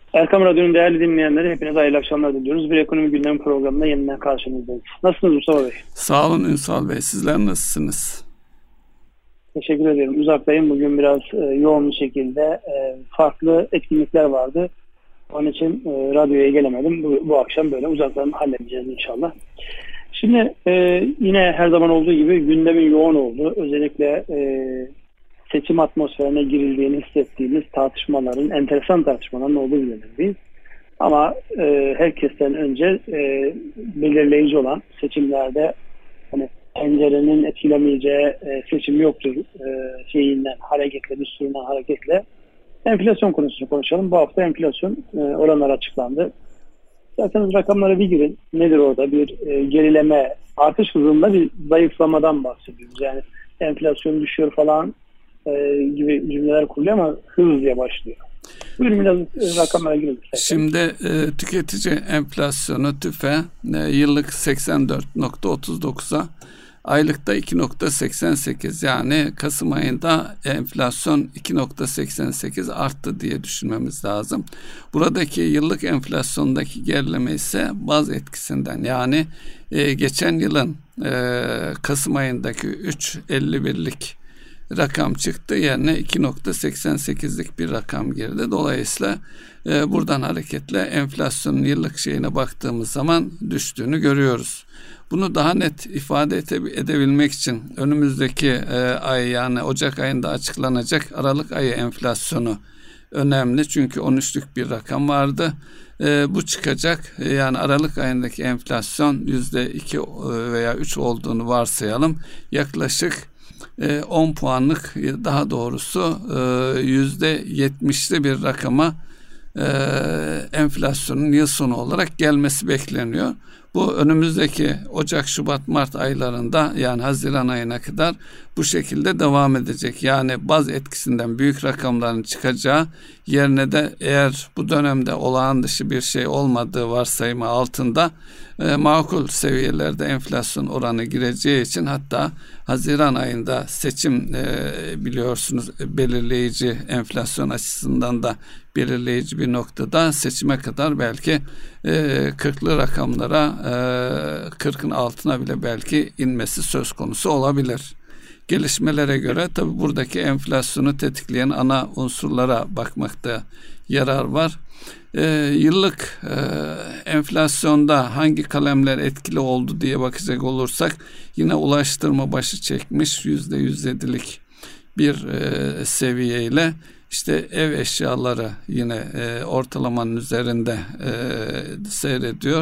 Erkam Radyo'nun değerli dinleyenleri, hepinize hayırlı akşamlar diliyoruz. Bir ekonomi gündemi programında yeniden karşınızdayız. Nasılsınız Mustafa Bey? Sağ olun Ünsal Bey. Sizler nasılsınız? Teşekkür ederim. Uzaktayım. Bugün biraz yoğun bir şekilde farklı etkinlikler vardı. Onun için radyoya gelemedim. Bu akşam böyle uzaktan halledeceğiz inşallah. Şimdi yine her zaman olduğu gibi gündemin yoğun olduğu, özellikle seçim atmosferine girildiğini hissettiğimiz tartışmaların, enteresan tartışmaların olduğu bilinirdeyiz. Ama herkesten önce belirleyici olan seçimlerde hani pencerenin etkilemeyeceği seçim yoktur şeyinden hareketle, düsturundan hareketle enflasyon konusunu konuşalım. Bu hafta enflasyon oranları açıklandı. İsterseniz rakamlara bir girin. Nedir orada? Bir gerileme, artış hızında bir zayıflamadan bahsediyoruz. Yani enflasyon düşüyor falan gibi cümleler kuruluyor ama hız diye başlıyor. Buyurun biraz rakamlara girelim. Şimdi tüketici enflasyonu TÜFE yıllık 84,39'a, aylıkta 2,88, yani Kasım ayında enflasyon 2,88 arttı diye düşünmemiz lazım. Buradaki yıllık enflasyondaki gerileme ise baz etkisinden, yani geçen yılın Kasım ayındaki 3,51'lik rakam çıktı, yerine 2,88'lik bir rakam girdi. Dolayısıyla buradan hareketle enflasyonun yıllık şeyine baktığımız zaman düştüğünü görüyoruz. Bunu daha net ifade edebilmek için önümüzdeki ay, yani Ocak ayında açıklanacak Aralık ayı enflasyonu önemli. Çünkü 13'lük bir rakam vardı. Bu çıkacak. Yani Aralık ayındaki enflasyon %2 veya 3 olduğunu varsayalım. Yaklaşık 10 puanlık, daha doğrusu %70'li bir rakama enflasyonun yıl sonu olarak gelmesi bekleniyor. Bu önümüzdeki Ocak, Şubat, Mart aylarında, yani Haziran ayına kadar bu şekilde devam edecek. Yani baz etkisinden büyük rakamların çıkacağı yerine de, eğer bu dönemde olağan dışı bir şey olmadığı varsayımı altında makul seviyelerde enflasyon oranı gireceği için, hatta Haziran ayında seçim biliyorsunuz belirleyici, enflasyon açısından da belirleyici bir noktada, seçime kadar belki 40'lı rakamlara, 40'ın altına bile belki inmesi söz konusu olabilir. Gelişmelere göre tabii buradaki enflasyonu tetikleyen ana unsurlara bakmakta yarar var. Yıllık enflasyonda hangi kalemler etkili oldu diye bakacak olursak, yine ulaştırma başı çekmiş, %107'lik bir seviyeyle. İşte ev eşyaları yine ortalamanın üzerinde seyrediyor.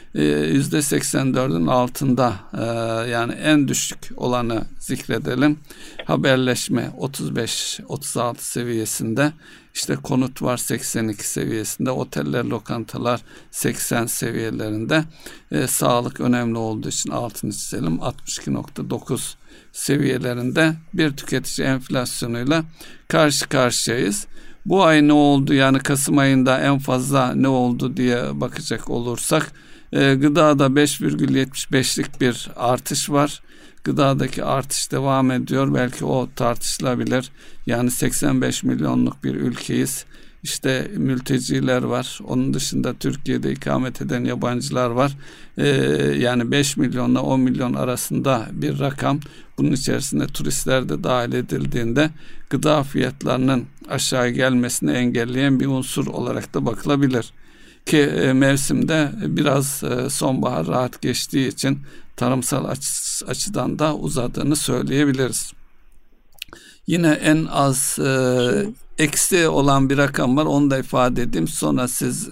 %84'ün altında, yani en düşük olanı zikredelim. Haberleşme 35-36 seviyesinde. İşte konut var 82 seviyesinde. Oteller, lokantalar 80 seviyelerinde. Sağlık önemli olduğu için altını çizelim. 62,9 seviyelerinde bir tüketici enflasyonuyla karşı karşıyayız. Bu ay ne oldu, yani Kasım ayında en fazla ne oldu diye bakacak olursak, gıdada 5,75'lik bir artış var. Gıdadaki artış devam ediyor. Belki o tartışılabilir. Yani 85 milyonluk bir ülkeyiz. İşte mülteciler var. Onun dışında Türkiye'de ikamet eden yabancılar var. Yani 5 milyonla 10 milyon arasında bir rakam. Bunun içerisinde turistler de dahil edildiğinde gıda fiyatlarının aşağı gelmesini engelleyen bir unsur olarak da bakılabilir. Ki mevsimde biraz sonbahar rahat geçtiği için tarımsal açıdan da uzadığını söyleyebiliriz. Yine en az eksi olan bir rakam var. Onu da ifade edeyim. Sonra siz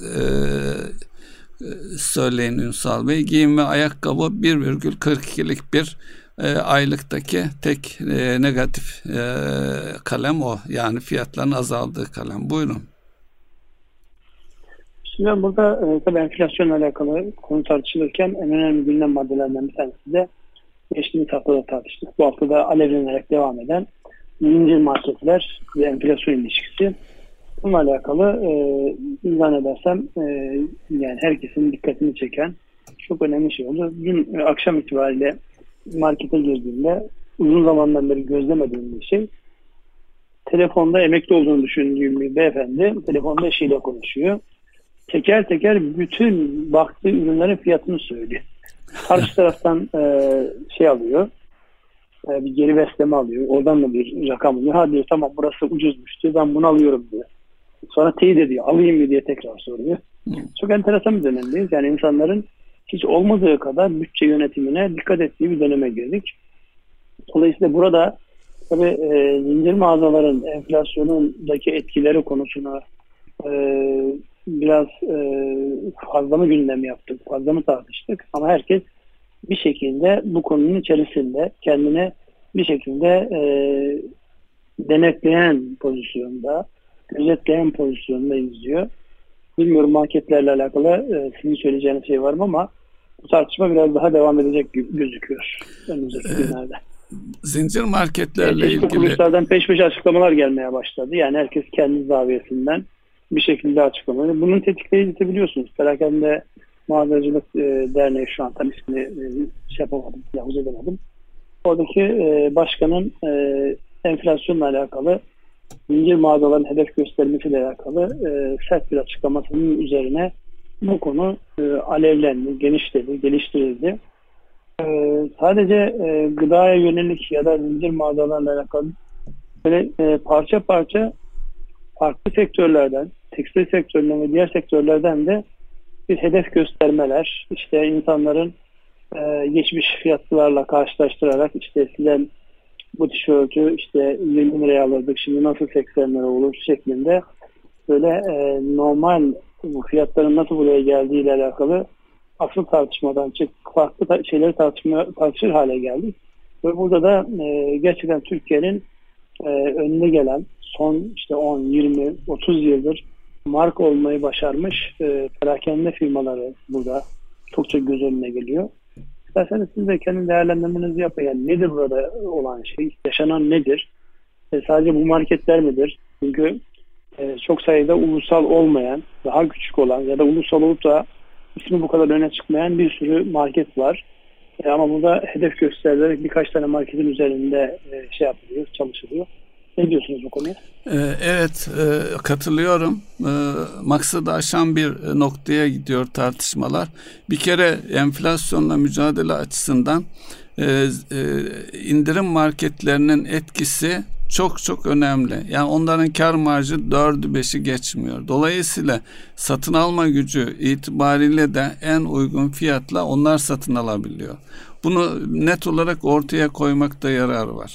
söyleyin Ünsal Bey. Giyim ve ayakkabı 1,42'lik bir aylıktaki tek negatif kalem o. Yani fiyatların azaldığı kalem. Buyurun. Şimdi burada tabii enflasyonla alakalı konu tartışılırken en önemli gündem maddelerden bir tanesi de geçtiğimiz haftada tartıştık. Bu hafta da alevlenerek devam eden zincir marketler ve enflasyon ilişkisi. Bununla alakalı zannedersem yani herkesin dikkatini çeken çok önemli şey oldu. Dün akşam itibariyle markete girdiğimde uzun zamandan beri gözlemediğim bir şey. Telefonda emekli olduğunu düşündüğüm bir beyefendi telefonda eşiyle konuşuyor. teker teker bütün baktığı ürünlerin fiyatını söylüyor. Karşı taraftan şey alıyor, bir geri besleme alıyor. Oradan da bir rakam alıyor. Ha diyor, tamam burası ucuzmuş diyor, ben bunu alıyorum diyor. Sonra teyit ediyor, alayım mı diye tekrar soruyor. Çok enteresan bir dönemdeyiz. Yani insanların hiç olmadığı kadar bütçe yönetimine dikkat ettiği bir döneme girdik. Dolayısıyla burada tabii zincir mağazaların enflasyonundaki etkileri konusuna biraz fazla mı gündem yaptık, fazla mı tartıştık, ama herkes bir şekilde bu konunun içerisinde kendine bir şekilde denetleyen pozisyonda, gözetleyen pozisyonda izliyor. Bilmiyorum marketlerle alakalı sizin söyleyeceğiniz şey var mı, ama bu tartışma biraz daha devam edecek gibi gözüküyor önümüzdeki günlerde. Zincir marketlerle ilgili kuruluşlardan peş peşe açıklamalar gelmeye başladı. Yani herkes kendi zaviyesinden bir şekilde açıklamaları. Bunun tetikleyicisi biliyorsunuz, Perakende Mağazacılık Derneği, şu an tam ismini şey yapamadım, yavuz edemedim. Oradaki başkanın enflasyonla alakalı, zincir mağazaların hedef göstermesiyle alakalı sert bir açıklamasının üzerine bu konu alevlendi, genişledi, geliştirildi. Sadece gıdaya yönelik ya da zincir mağazalarla alakalı böyle parça parça farklı sektörlerden, tekstil sektöründen ve diğer sektörlerden de bir hedef göstermeler, işte insanların geçmiş fiyatlarla karşılaştırarak, işte sizden bu tişörtü işte 20 liraya alırdık, şimdi nasıl 80 lira olur şeklinde böyle normal bu fiyatların nasıl buraya geldiği ile alakalı asıl tartışmadan farklı şeyleri tartışır hale geldik. Ve burada da gerçekten Türkiye'nin önüne gelen son işte 10, 20, 30 yıldır marka olmayı başarmış perakende firmaları burada çokça göz önüne geliyor. İsterseniz siz de kendi değerlendirmenizi yapın. Yani nedir burada olan şey? Yaşanan nedir? Sadece bu marketler midir? Çünkü çok sayıda ulusal olmayan, daha küçük olan ya da ulusal olup da ismi bu kadar öne çıkmayan bir sürü market var. Ama burada hedef gösterilerek birkaç tane marketin üzerinde şey yapılıyor, çalışılıyor. Ne diyorsunuz bu konuya? Evet, katılıyorum. Maksadı aşan bir noktaya gidiyor tartışmalar. Bir kere enflasyonla mücadele açısından indirim marketlerinin etkisi çok çok önemli. Yani onların kar marjı 4'ü 5'i geçmiyor. Dolayısıyla satın alma gücü itibariyle de en uygun fiyatla onlar satın alabiliyor. Bunu net olarak ortaya koymakta yarar var.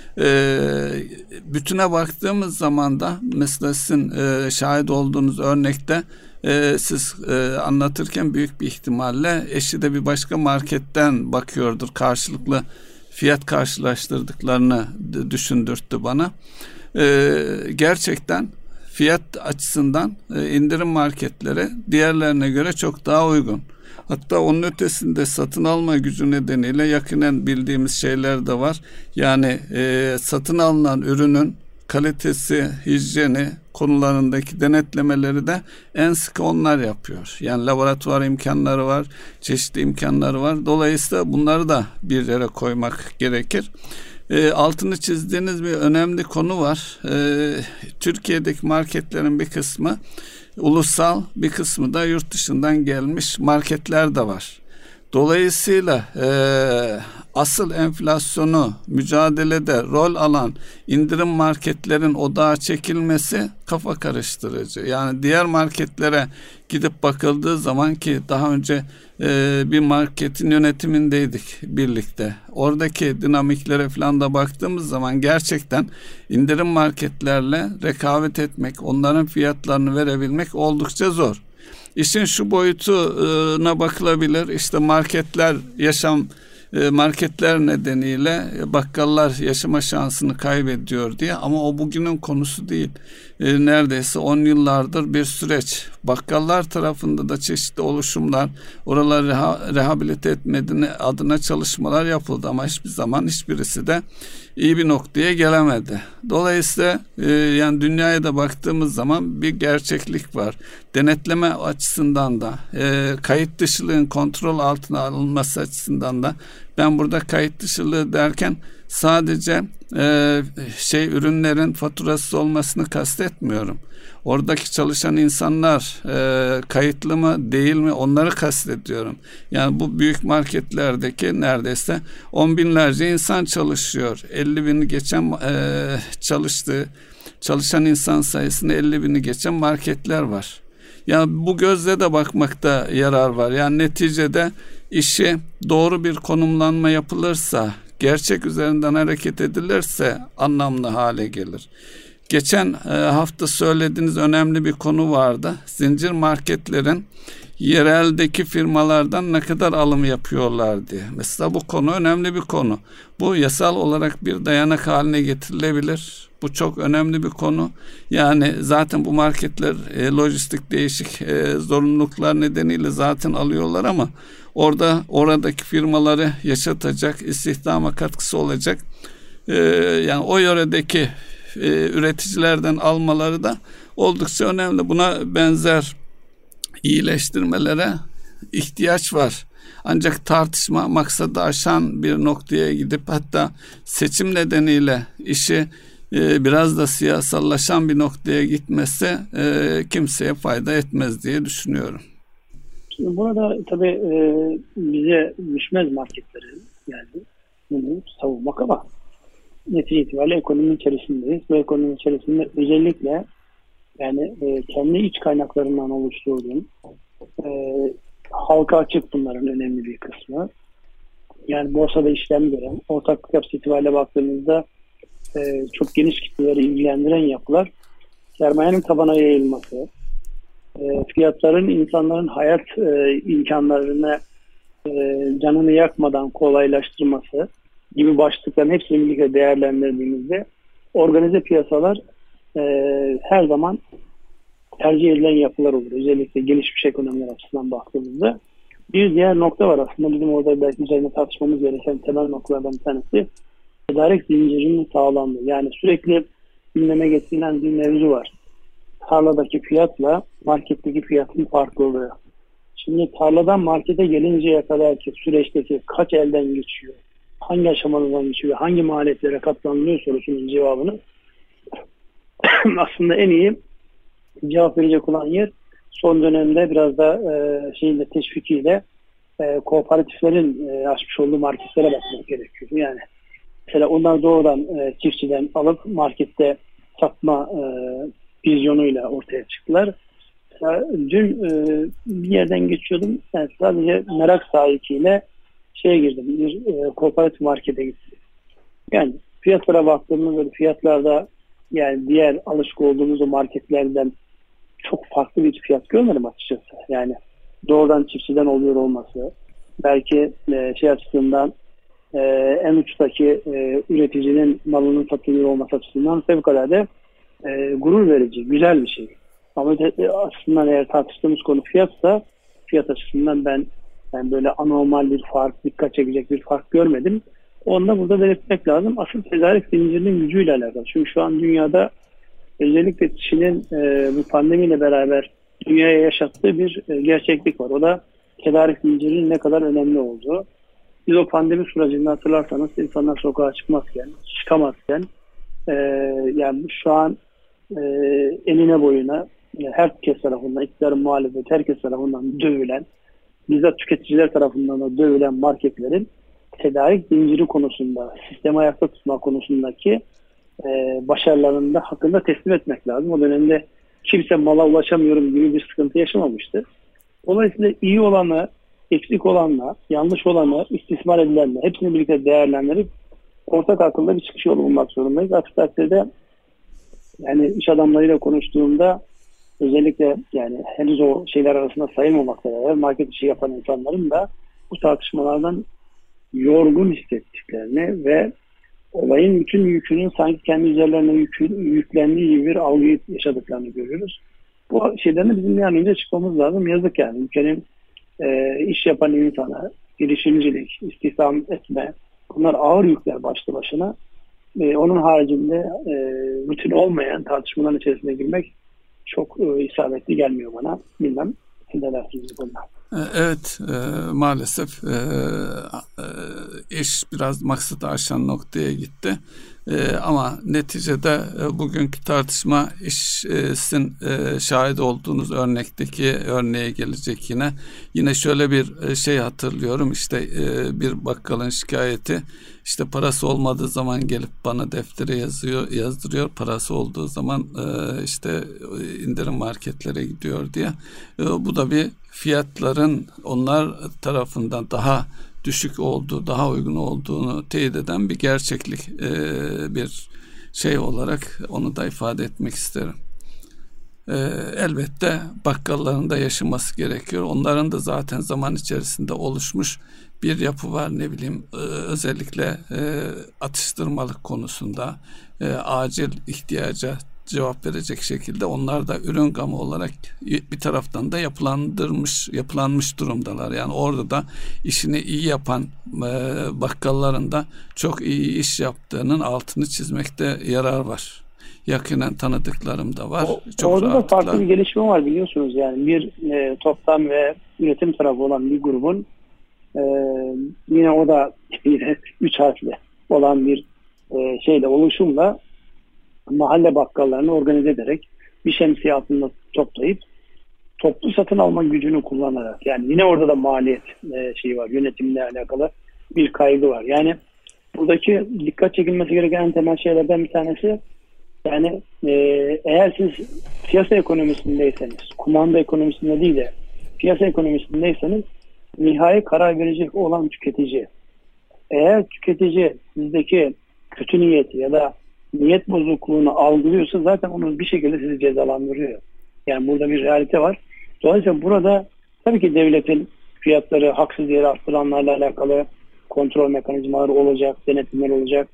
Bütüne baktığımız zaman da mesela sizin şahit olduğunuz örnekte siz anlatırken büyük bir ihtimalle eşi de bir başka marketten bakıyordur. Karşılıklı fiyat karşılaştırdıklarını düşündürttü bana. Gerçekten fiyat açısından indirim marketleri diğerlerine göre çok daha uygun. Hatta onun ötesinde satın alma gücü nedeniyle yakinen bildiğimiz şeyler de var. Yani satın alınan ürünün kalitesi, hijyeni konularındaki denetlemeleri de en sıkı onlar yapıyor. Yani laboratuvar imkanları var, çeşitli imkanları var. Dolayısıyla bunları da bir yere koymak gerekir. Altını çizdiğiniz bir önemli konu var. Türkiye'deki marketlerin bir kısmı ulusal, bir kısmı da yurt dışından gelmiş marketler de var. Dolayısıyla asıl enflasyonu mücadelede rol alan indirim marketlerin odağa çekilmesi kafa karıştırıcı. Yani diğer marketlere gidip bakıldığı zaman, ki daha önce bir marketin yönetimindeydik birlikte. Oradaki dinamiklere falan da baktığımız zaman gerçekten indirim marketlerle rekabet etmek, onların fiyatlarını verebilmek oldukça zor. İşin şu boyutuna bakılabilir. İşte marketler nedeniyle bakkallar yaşama şansını kaybediyor diye, ama o bugünün konusu değil. Neredeyse 10 yıllardır bir süreç. Bakkallar tarafında da çeşitli oluşumlar, oraları rehabilite etme adına çalışmalar yapıldı, ama hiçbir zaman hiçbirisi de iyi bir noktaya gelemedi. Dolayısıyla yani dünyaya da baktığımız zaman bir gerçeklik var. Denetleme açısından da, kayıt dışılığın kontrol altına alınması açısından da, ben burada kayıt dışılığı derken sadece ürünlerin faturası olmasını kastetmiyorum. Oradaki çalışan insanlar kayıtlı mı değil mi onları kastediyorum. Yani bu büyük marketlerdeki neredeyse 10 binlerce insan çalışıyor. 50 bini geçen çalışan insan sayısını 50 bini geçen marketler var. Yani bu gözle de bakmakta yarar var. Yani neticede işi doğru bir konumlanma yapılırsa, gerçek üzerinden hareket edilirse anlamlı hale gelir. Geçen hafta söylediğiniz önemli bir konu vardı. Zincir marketlerin yereldeki firmalardan ne kadar alım yapıyorlar diye. Mesela bu konu önemli bir konu. Bu yasal olarak bir dayanak haline getirilebilir. Bu çok önemli bir konu. Yani zaten bu marketler lojistik değişik zorunluluklar nedeniyle zaten alıyorlar ama oradaki firmaları yaşatacak, istihdama katkısı olacak. Yani o yöredeki üreticilerden almaları da oldukça önemli. Buna benzer iyileştirmelere ihtiyaç var. Ancak tartışma maksadı aşan bir noktaya gidip hatta seçim nedeniyle işi biraz da siyasallaşan bir noktaya gitmesi kimseye fayda etmez diye düşünüyorum. Şimdi burada tabii bize düşmez marketleri yani bunu savunmak ama netice itibariyle ekonominin içerisindeyiz. Bu ekonominin içerisinde özellikle yani kendi iç kaynaklarından oluşturduğum halka açık bunların önemli bir kısmı. Yani borsada işlem gören, ortaklık yapısı itibariyle baktığımızda çok geniş kitleleri ilgilendiren yapılar, sermayenin tabana yayılması, fiyatların insanların hayat imkanlarını canını yakmadan kolaylaştırması gibi başlıkların hepsini birlikte değerlendirdiğimizde organize piyasalar her zaman tercih edilen yapılar olur. Özellikle gelişmiş ekonomiler açısından baktığımızda. Bir diğer nokta var aslında bizim orada belki üzerine tartışmamız gereken temel noktalardan bir tanesi tedarik zincirinin sağlandığı. Yani sürekli gündeme getirilen bir mevzu var. Tarladaki fiyatla marketteki fiyatın farklılığı. Şimdi tarladan markete gelinceye kadar ki süreçteki kaç elden geçiyor, hangi aşamalardan geçiyor, hangi maliyetlere katlanılıyor sorusunun cevabını aslında en iyi cevap verecek olan yer son dönemde biraz da teşvikiyle kooperatiflerin açmış olduğu marketlere bakmak gerekiyor. Yani mesela onlar doğrudan çiftçiden alıp markette satma vizyonuyla ortaya çıktılar. Mesela dün bir yerden geçiyordum. Yani sadece merak sahikiyle girdim. Bir kooperatif markete gittim. Yani fiyatlara baktığımızda fiyatlarda yani diğer alışık olduğumuz o marketlerden çok farklı bir fiyat görmedim açıkçası. Yani doğrudan çiftçiden oluyor olması, belki açısından en uçtaki üreticinin malının satılıyor olması açısından fevkalade gurur verici, güzel bir şey. Ama aslında eğer tartıştığımız konu fiyatsa, fiyat açısından ben böyle anormal bir fark, dikkat çekecek bir fark görmedim. Onu da burada belirtmek lazım. Asıl tedarik zincirinin gücüyle alakalı. Çünkü şu an dünyada özellikle Çin'in bu pandemiyle beraber dünyaya yaşattığı bir gerçeklik var. O da tedarik zincirinin ne kadar önemli olduğu. Biz o pandemi sürecinde hatırlarsanız insanlar sokağa çıkamazken yani şu an eline boyuna herkes tarafından, iktidarın muhalefeti herkes tarafından dövülen, bizzat tüketiciler tarafından da dövülen marketlerin tedarik zinciri konusunda, sistemi ayakta tutma konusundaki başarılarını da hakkında teslim etmek lazım. O dönemde kimse mala ulaşamıyorum gibi bir sıkıntı yaşamamıştı. Dolayısıyla iyi olanı, eksik olanla, yanlış olanı, istismar edilenle hepsini birlikte değerlendirip ortak akılda bir çıkış yolu bulmak zorundayız. Aksi takdirde yani iş adamlarıyla konuştuğumda özellikle yani henüz o şeyler arasında sayılmamakla beraber market işi yapan insanların da bu tartışmalardan yorgun hissettiklerini ve olayın bütün yükünün sanki kendi üzerlerine yüklendiği gibi bir algıyı yaşadıklarını görüyoruz. Bu şeyden bizim bir an önce çıkmamız lazım. Yazık yani. Ülkenin iş yapan insana, girişimcilik, istihdam etme, bunlar ağır yükler başlı başına. Onun haricinde rutin olmayan tartışmaların içerisine girmek çok isabetli gelmiyor bana. Bilmem. Siz de dersiniz bu konuda. Evet, maalesef iş biraz maksadı aşan noktaya gitti. Ama neticede bugünkü tartışma işin şahit olduğunuz örneğe gelecek yine. Yine şöyle bir şey hatırlıyorum. İşte bir bakkalın şikayeti, işte parası olmadığı zaman gelip bana deftere yazdırıyor. Parası olduğu zaman işte indirim marketlere gidiyor diye. Bu da bir fiyatların onlar tarafından daha düşük olduğu, daha uygun olduğunu teyit eden bir gerçeklik, bir şey olarak onu da ifade etmek isterim. Elbette bakkalların da yaşaması gerekiyor. Onların da zaten zaman içerisinde oluşmuş bir yapı var, ne bileyim, özellikle atıştırmalık konusunda acil ihtiyaca cevap verecek şekilde onlar da ürün gamı olarak bir taraftan da yapılanmış durumdalar. Yani orada da işini iyi yapan bakkalların da çok iyi iş yaptığının altını çizmekte yarar var. Yakinen tanıdıklarım da var. Çok orada da farklı bir gelişme var, biliyorsunuz. Yani bir toptan ve üretim tarafı olan bir grubun yine o da yine 3 harfli olan bir oluşumla mahalle bakkallarını organize ederek bir şemsiye altında toplayıp toplu satın alma gücünü kullanarak, yani yine orada da maliyet var, yönetimle alakalı bir kaygı var. Yani buradaki dikkat çekilmesi gereken en temel şeylerden bir tanesi, yani eğer siz piyasa ekonomisindeyseniz, kumanda ekonomisinde değil de piyasa ekonomisindeyseniz, nihai karar verecek olan tüketici. Eğer tüketici sizdeki kötü niyeti ya da niyet bozukluğunu algılıyorsa zaten onu bir şekilde sizi cezalandırıyor. Yani burada bir realite var. Dolayısıyla burada tabii ki devletin fiyatları haksız yere arttıranlarla alakalı kontrol mekanizmaları olacak, denetimler olacak.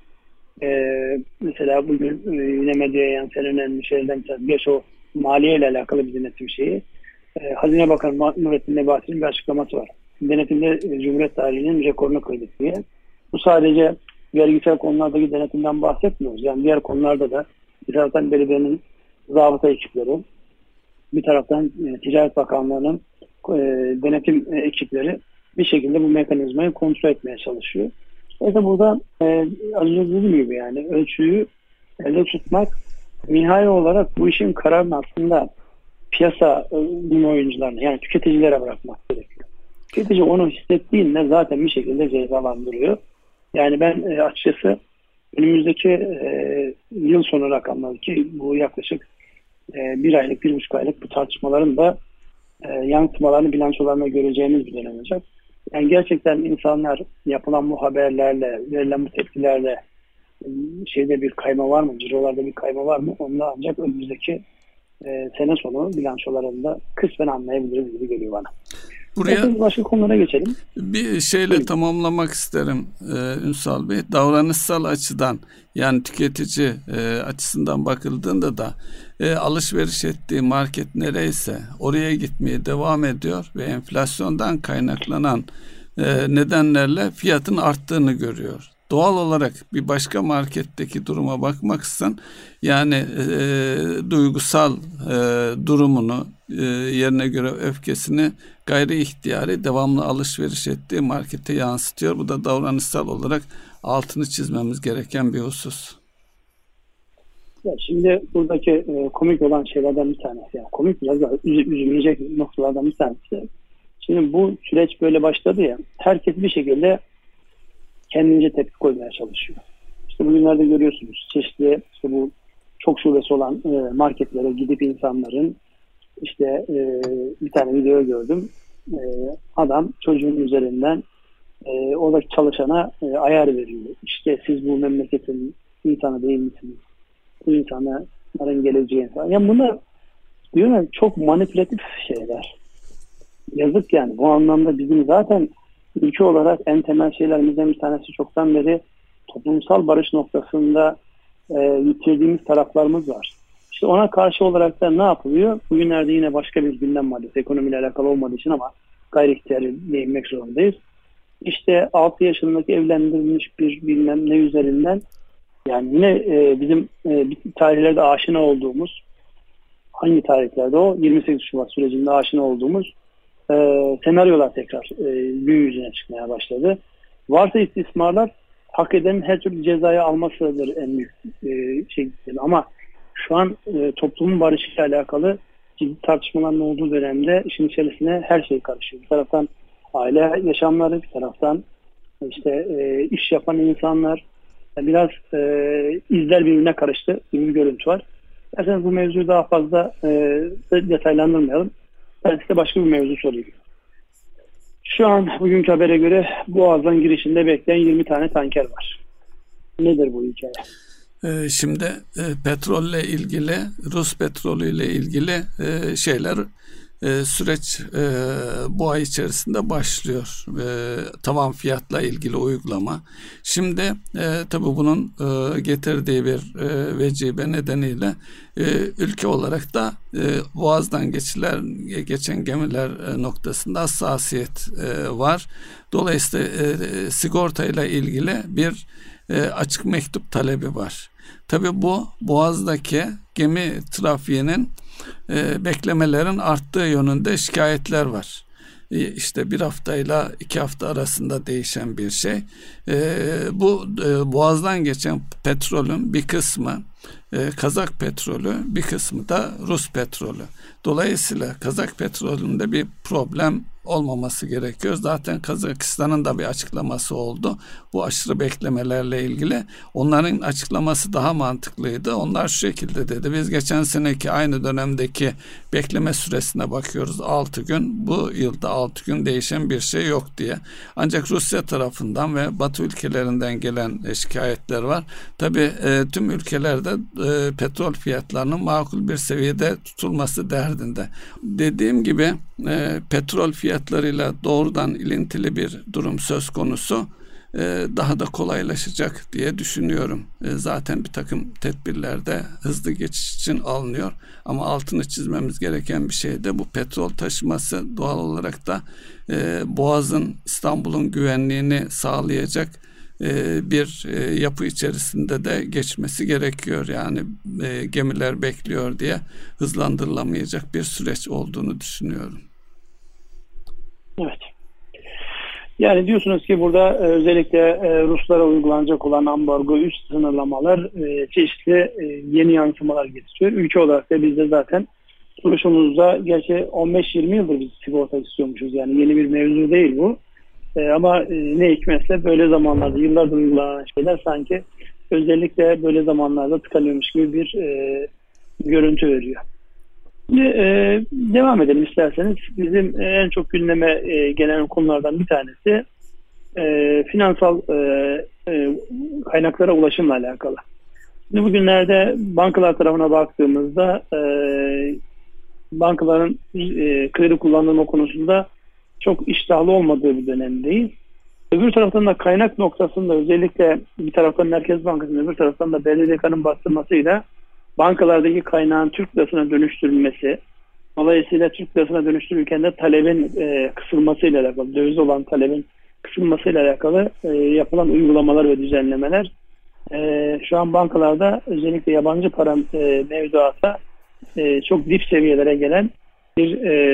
Mesela bugün yine medyaya yansıyan önemli şeylerden bir o maliye ile alakalı bir denetim şeyi. Hazine Bakanı Nurettin Nebati'nin bir açıklaması var. Denetimde Cumhuriyet tarihinin rekorunu kırdık diye. Bu sadece vergisel konulardaki denetimden bahsetmiyoruz. Yani diğer konularda da bir taraftan belediyenin zabıta ekipleri, bir taraftan Ticaret Bakanlığı'nın denetim ekipleri bir şekilde bu mekanizmayı kontrol etmeye çalışıyor. İşte burada az önce dediğim gibi, yani ölçüyü elde tutmak, nihai olarak bu işin kararını aslında piyasa oyuncularına, yani tüketicilere bırakmak gerekiyor. Tüketici onu hissettiğinde zaten bir şekilde cezalandırıyor. Yani ben açıkçası önümüzdeki yıl sonu rakamları, ki bu yaklaşık 1,5 aylık bu tartışmaların da yansımalarını bilançolarına göreceğimiz bir dönem olacak. Yani gerçekten insanlar yapılan bu haberlerle, verilen bu tepkilerle bir kayma var mı? Cirolarda bir kayma var mı? Onu da ancak önümüzdeki sene sonu bilançolarında kısmen anlayabiliriz gibi geliyor bana. Buraya başka konulara geçelim. Bir şeyle tamamlamak isterim Ünsal Bey. Davranışsal açıdan, yani tüketici açısından bakıldığında da alışveriş ettiği market nereyse oraya gitmeye devam ediyor ve enflasyondan kaynaklanan nedenlerle fiyatın arttığını görüyor. Doğal olarak bir başka marketteki duruma bakmaksızın, yani duygusal durumunu, yerine göre öfkesini gayri ihtiyari devamlı alışveriş ettiği markete yansıtıyor. Bu da davranışsal olarak altını çizmemiz gereken bir husus. Ya şimdi buradaki komik olan şeylerden bir tanesi, yani komik, biraz daha üzülecek noktalardan bir tanesi. Şimdi bu süreç böyle başladı ya, herkes bir şekilde kendince tepki koymaya çalışıyor. İşte bugünlerde görüyorsunuz, çeşitli bu çok şubesi olan marketlere gidip insanların bir tane video gördüm. Adam çocuğun üzerinden oradaki çalışana ayar veriyor. İşte siz bu memleketin insanı değil misiniz? Bu insanların geleceği insan. Yani bunlar diyorum, çok manipülatif şeyler. Yazık yani. Bu anlamda bizim zaten ülke olarak en temel şeylerimizden bir tanesi, çoktan beri toplumsal barış noktasında yitirdiğimiz taraflarımız var. İşte ona karşı olarak da ne yapılıyor? Bugünlerde yine başka bir gündem maddesi, ekonomiyle alakalı olmadığı için ama gayri ihtiyari değinmek zorundayız. İşte 6 yaşındaki evlendirilmiş bir bilmem ne üzerinden, yani yine bizim tarihlerde aşina olduğumuz, hangi tarihlerde o? 28 Şubat sürecinde aşina olduğumuz senaryolar tekrar gün yüzüne çıkmaya başladı. Varsa istismarlar, hak edenin her türlü cezayı almasıdır en büyük şey. Ama şu an toplumun barışıyla alakalı ciddi tartışmaların olduğu dönemde işin içerisine her şey karışıyor. Bir taraftan aile yaşamları, bir taraftan işte iş yapan insanlar, biraz izler birbirine karıştı gibi bir görüntü var. İsterseniz bu mevzuyu daha fazla detaylandırmayalım. Ben size başka bir mevzu sorayım. Şu an bugünkü habere göre Boğaz'dan girişinde bekleyen 20 tane tanker var. Nedir bu hikaye? Şimdi petrolle ilgili, Rus petrolüyle ilgili şeyler süreç bu ay içerisinde başlıyor. Tavan fiyatla ilgili uygulama. Şimdi tabii bunun getirdiği bir vecibe nedeniyle ülke olarak da Boğaz'dan geçen gemiler noktasında hassasiyet var. Dolayısıyla sigortayla ilgili bir açık mektup talebi var. Tabii bu Boğaz'daki gemi trafiğinin beklemelerin arttığı yönünde şikayetler var. İşte bir haftayla 2 hafta arasında değişen bir şey. Bu Boğaz'dan geçen petrolün bir kısmı Kazak petrolü, bir kısmı da Rus petrolü. Dolayısıyla Kazak petrolünde bir problem olmaması gerekiyor. Zaten Kazakistan'ın da bir açıklaması oldu. Bu aşırı beklemelerle ilgili. Onların açıklaması daha mantıklıydı. Onlar şu şekilde dedi. Biz geçen seneki aynı dönemdeki bekleme süresine bakıyoruz. 6 gün. Bu yılda 6 gün değişen bir şey yok diye. Ancak Rusya tarafından ve Batı ülkelerinden gelen şikayetler var. Tabii tüm ülkelerde petrol fiyatlarının makul bir seviyede tutulması derdinde. Dediğim gibi petrol fiyatlarıyla doğrudan ilintili bir durum söz konusu. Daha da kolaylaşacak diye düşünüyorum. Zaten bir takım tedbirler de hızlı geçiş için alınıyor. Ama altını çizmemiz gereken bir şey de bu petrol taşıması doğal olarak da Boğaz'ın, İstanbul'un güvenliğini sağlayacak bir yapı içerisinde de geçmesi gerekiyor. Yani gemiler bekliyor diye hızlandırılamayacak bir süreç olduğunu düşünüyorum. Evet. Yani diyorsunuz ki burada özellikle Ruslara uygulanacak olan ambargo, üst sınırlamalar çeşitli yeni yansımalar getiriyor. Ülke olarak da biz de zaten duruşumuzda gerçi 15-20 yıldır biz sigorta istiyormuşuz. Yani yeni bir mevzu değil bu. Ama ne hikmetse böyle zamanlarda yıllardır uygulanan şeyler sanki özellikle böyle zamanlarda tıkanıyormuş gibi bir görüntü veriyor. Şimdi devam edelim isterseniz. Bizim en çok gündeme gelen konulardan bir tanesi finansal kaynaklara ulaşımla alakalı. Şimdi bugünlerde bankalar tarafına baktığımızda bankaların kredi kullanılma konusunda çok iştahlı olmadığı bir dönemdeyiz. Öbür taraftan da kaynak noktasında özellikle bir taraftan Merkez Bankası'nın öbür taraftan da BDDK'nın bastırmasıyla bankalardaki kaynağın Türk lirasına dönüştürülmesi, dolayısıyla Türk lirasına dönüştürürken de talebin kısılmasıyla alakalı, döviz olan talebin kısılmasıyla alakalı yapılan uygulamalar ve düzenlemeler şu an bankalarda özellikle yabancı para mevduata çok dip seviyelere gelen bir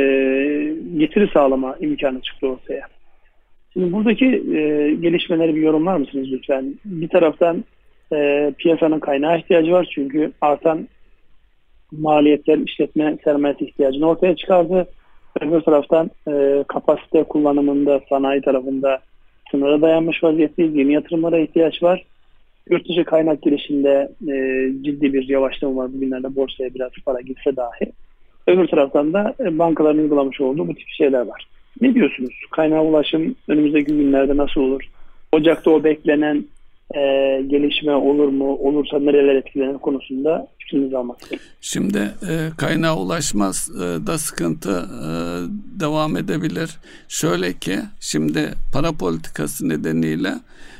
getiri sağlama imkanı çıktı ortaya. Şimdi buradaki gelişmeleri bir yorumlar mısınız lütfen? Bir taraftan piyasanın kaynağı ihtiyacı var çünkü artan maliyetler işletme sermayesi ihtiyacını ortaya çıkardı. Öbür taraftan kapasite kullanımında sanayi tarafında sınıra dayanmış vaziyetteyiz. Yeni yatırımlara ihtiyaç var. Yurt dışı kaynak girişinde ciddi bir yavaşlama var. Bugünlerde borsaya biraz para gitse dahi. Öbür taraftan da bankaların uygulamış olduğu bu tip şeyler var. Ne diyorsunuz? Kaynağa ulaşım önümüzdeki günlerde nasıl olur? Ocak'ta o beklenen gelişme olur mu? Olursa nereler etkilenir konusunda fikrinizi almak istedim. Şimdi kaynağa ulaşmaz da sıkıntı devam edebilir. Şöyle ki şimdi para politikası nedeniyle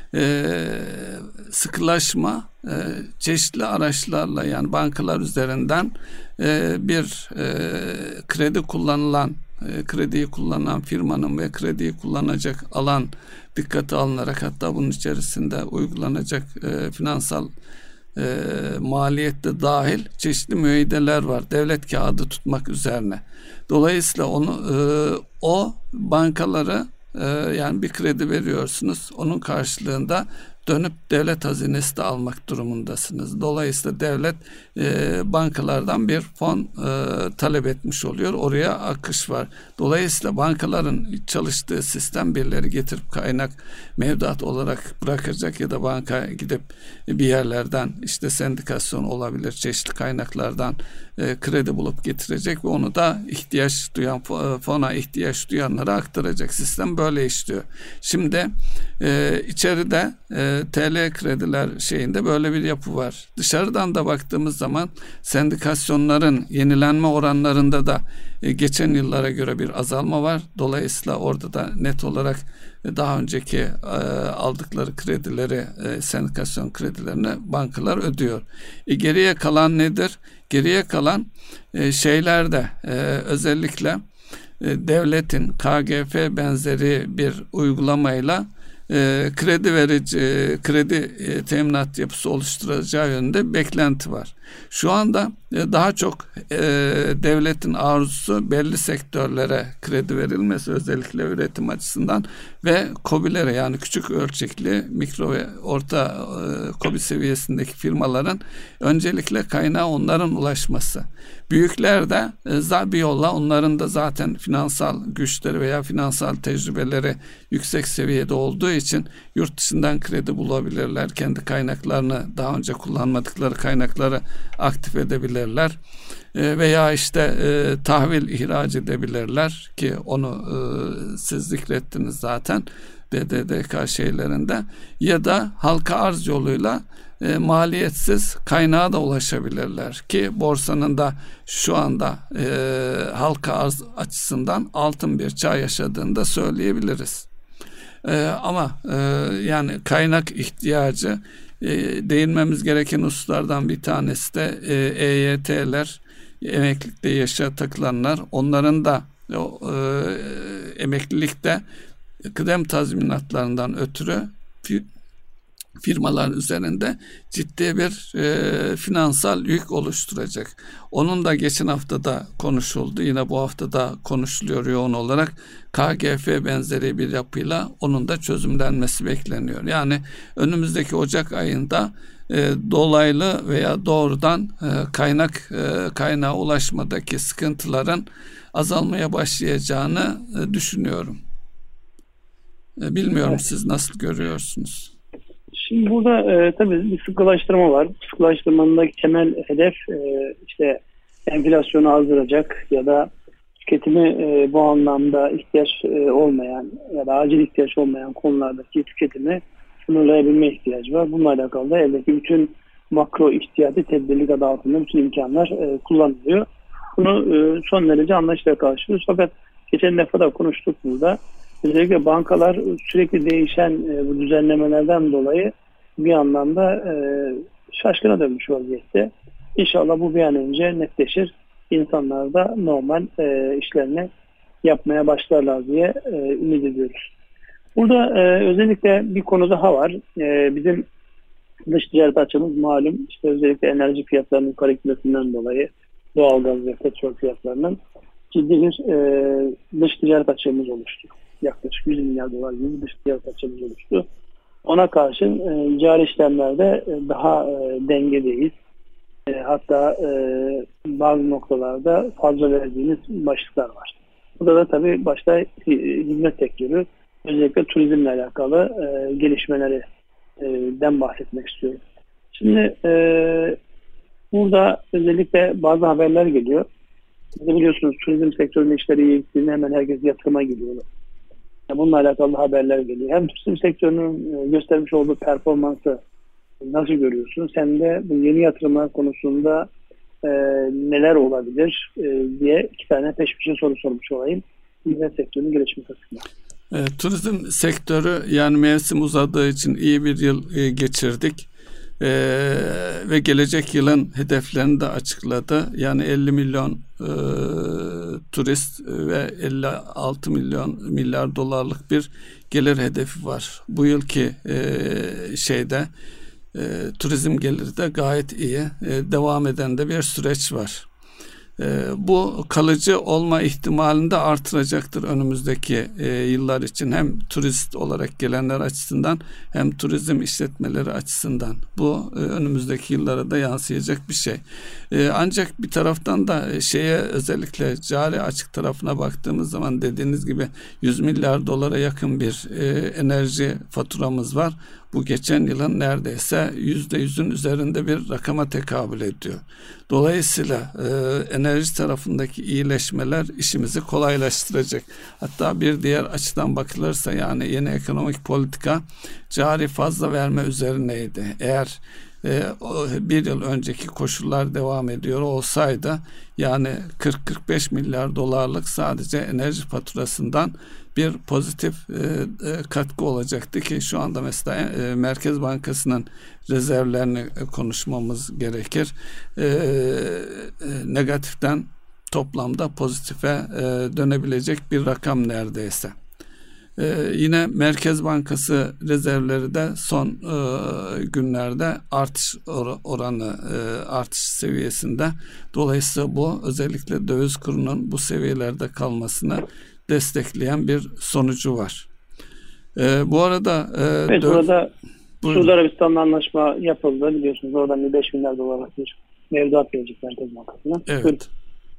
sıkılaşma çeşitli araçlarla yani bankalar üzerinden bir krediyi kullanan firmanın ve krediyi kullanacak alan dikkate alınarak hatta bunun içerisinde uygulanacak finansal maliyette dahil çeşitli müeyyideler var. Devlet kağıdı tutmak üzerine. Dolayısıyla o bankalara yani bir kredi veriyorsunuz. Onun karşılığında dönüp devlet hazinesi de almak durumundasınız. Dolayısıyla devlet bankalardan bir fon talep etmiş oluyor. Oraya akış var. Dolayısıyla bankaların çalıştığı sistem birileri getirip kaynak mevduat olarak bırakacak ya da banka gidip bir yerlerden işte sendikasyon olabilir, çeşitli kaynaklardan kredi bulup getirecek ve onu da ihtiyaç duyan fona ihtiyaç duyanlara aktaracak. Sistem böyle işliyor. Şimdi içeride TL krediler şeyinde böyle bir yapı var. Dışarıdan da baktığımız zaman sendikasyonların yenilenme oranlarında da geçen yıllara göre bir azalma var. Dolayısıyla orada da net olarak daha önceki aldıkları kredileri, sendikasyon kredilerini bankalar ödüyor. Geriye kalan nedir? Geriye kalan şeylerde özellikle devletin KGF benzeri bir uygulamayla kredi teminat yapısı oluşturacağı yönünde beklenti var. Şu anda daha çok devletin arzusu belli sektörlere kredi verilmesi, özellikle üretim açısından ve KOBİ'lere, yani küçük ölçekli mikro ve orta KOBİ seviyesindeki firmaların öncelikle kaynağı onların ulaşması. Büyükler de bir yolla, onların da zaten finansal güçleri veya finansal tecrübeleri yüksek seviyede olduğu için yurt dışından kredi bulabilirler. Kendi kaynaklarını, daha önce kullanmadıkları kaynakları aktif edebilirler. Veya işte tahvil ihraç edebilirler ki onu siz zikrettiniz zaten BDDK şeylerinde, ya da halka arz yoluyla maliyetsiz kaynağa da ulaşabilirler ki borsanın da şu anda halka arz açısından altın bir çağ yaşadığını da söyleyebiliriz. Ama yani kaynak ihtiyacı, değinmemiz gereken hususlardan bir tanesi de EYT'ler, emeklilikte yaşa takılanlar, onların da emeklilikte kıdem tazminatlarından ötürü firmalar üzerinde ciddi bir finansal yük oluşturacak. Onun da geçen hafta da konuşuldu. Yine bu hafta da konuşuluyor yoğun olarak. KGF benzeri bir yapıyla onun da çözümlenmesi bekleniyor. Yani önümüzdeki Ocak ayında dolaylı veya doğrudan kaynağa ulaşmadaki sıkıntıların azalmaya başlayacağını düşünüyorum. Bilmiyorum, siz nasıl görüyorsunuz? Şimdi burada tabii bir sıkılaştırma var. Sıkılaştırmanın temel hedef işte enflasyonu azdıracak ya da tüketimi bu anlamda ihtiyaç olmayan ya da acil ihtiyaç olmayan konulardaki tüketimi sınırlayabilme ihtiyacı var. Bununla alakalı da eldeki bütün makro ihtiyati tedbirlik adı altında bütün imkanlar kullanılıyor. Bunu son derece anlayışla karşılıyoruz. Fakat geçen defa da konuştuk burada. Özellikle bankalar sürekli değişen bu düzenlemelerden dolayı bir anlamda şaşkına dönmüş vaziyette. İnşallah bu bir an önce netleşir. İnsanlar da normal işlerini yapmaya başlarlar diye ümit ediyoruz. Burada özellikle bir konu daha var. Bizim dış ticaret açımız malum. İşte özellikle enerji fiyatlarının yukarı gitmesinden dolayı doğalgaz ve petrol fiyatlarının ciddi bir dış ticaret açığımız oluştu. Yaklaşık 100 milyar dolar gibi dış ticaret açığımız oluştu. Ona karşın cari işlemlerde daha dengedeyiz. Hatta bazı noktalarda fazla verdiğimiz başlıklar var. Burada da tabii başta hizmet sektörü, özellikle turizmle alakalı gelişmelerden bahsetmek istiyorum. Şimdi burada özellikle bazı haberler geliyor. Siz de biliyorsunuz turizm sektörünün işleri iyi gittiğinde hemen herkes yatırıma gidiyor. Bununla alakalı haberler geliyor. Hem turizm sektörünün göstermiş olduğu performansı nasıl görüyorsunuz? Hem de bu yeni yatırımlar konusunda neler olabilir diye iki tane peş peşe soru sormuş olayım. Hizmet sektörünün gelişmesi açısından. Turizm sektörü, yani mevsim uzadığı için iyi bir yıl geçirdik. Ve gelecek yılın hedeflerini de açıkladı. Yani 50 milyon turist ve 56 milyar dolarlık bir gelir hedefi var. Bu yılki Turizm geliri de gayet iyi. Devam eden de bir süreç var. Bu kalıcı olma ihtimalini de artıracaktır önümüzdeki yıllar için. Hem turist olarak gelenler açısından hem turizm işletmeleri açısından. Bu önümüzdeki yıllara da yansıyacak bir şey. Ancak bir taraftan da özellikle cari açık tarafına baktığımız zaman dediğiniz gibi 100 milyar dolara yakın bir enerji faturamız var. Bu geçen yılın neredeyse %100'ün üzerinde bir rakama tekabül ediyor. Dolayısıyla enerji tarafındaki iyileşmeler işimizi kolaylaştıracak. Hatta bir diğer açıdan bakılırsa yani yeni ekonomik politika cari fazla verme üzerineydi. Eğer bir yıl önceki koşullar devam ediyor olsaydı yani 40-45 milyar dolarlık sadece enerji faturasından bir pozitif katkı olacaktı ki şu anda mesela Merkez Bankası'nın rezervlerini konuşmamız gerekir. Negatiften toplamda pozitife dönebilecek bir rakam neredeyse. Yine Merkez Bankası rezervleri de son günlerde artış oranı artış seviyesinde. Dolayısıyla bu özellikle döviz kurunun bu seviyelerde kalmasını destekleyen bir sonucu var. Bu arada burada Suudi Arabistan'la anlaşma yapıldı biliyorsunuz. Oradan bir 5 milyar dolarlık bir mevduat gelecek Merkez Bankası'na. Evet.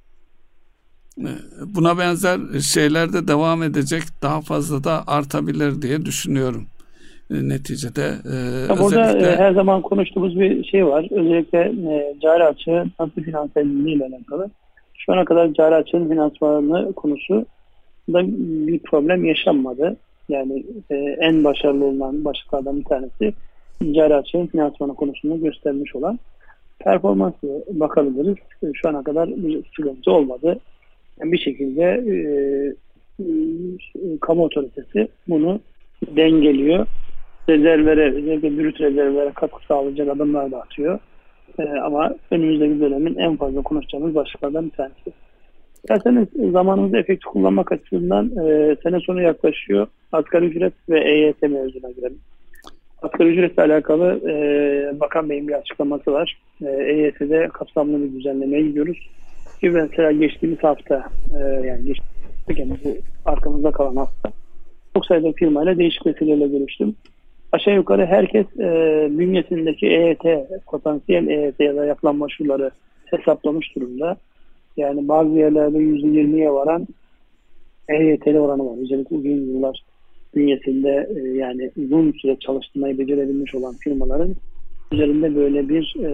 Buna benzer şeyler de devam edecek. Daha fazla da artabilir diye düşünüyorum. Neticede burada özellikle her zaman konuştuğumuz bir şey var. Özellikle cari açığın nasıl finanse edildiği ile alakalı. Şu ana kadar cari açığın finansmanı konusu da bir problem yaşanmadı. Yani en başarılı olan başlıklardan bir tanesi cari açığın finansmanı konusunda göstermiş olan performansı bakabiliriz. Şu ana kadar bir sıkıntı olmadı. Yani bir şekilde kamu otoritesi bunu dengeliyor. Rezervlere, özellikle brüt rezervlere katkı sağlayacak adımlar da atıyor. Ama önümüzdeki dönemin en fazla konuşacağımız başlıklardan bir tanesi. İsterseniz zamanımızı efektif kullanmak açısından sene sonu yaklaşıyor. Asgari ücret ve EYT mevzuna girelim. Asgari ücretle alakalı Bakan Bey'in bir açıklaması var. EYT'de kapsamlı bir düzenlemeye gidiyoruz. Ki mesela geçtiğimiz hafta yani bu arkamızda kalan hafta çok sayıda firmayla değişik vesileyle görüştüm. Aşağı yukarı herkes bünyesindeki EYT, potansiyel EYT ya da yapılan başvuruları hesaplamış durumda. Yani bazı yerlerde %20'ye varan EYT'li oranı var. Özellikle uzun yıllar bünyesinde yani uzun süre çalıştırmayı becerebilmiş olan firmaların üzerinde böyle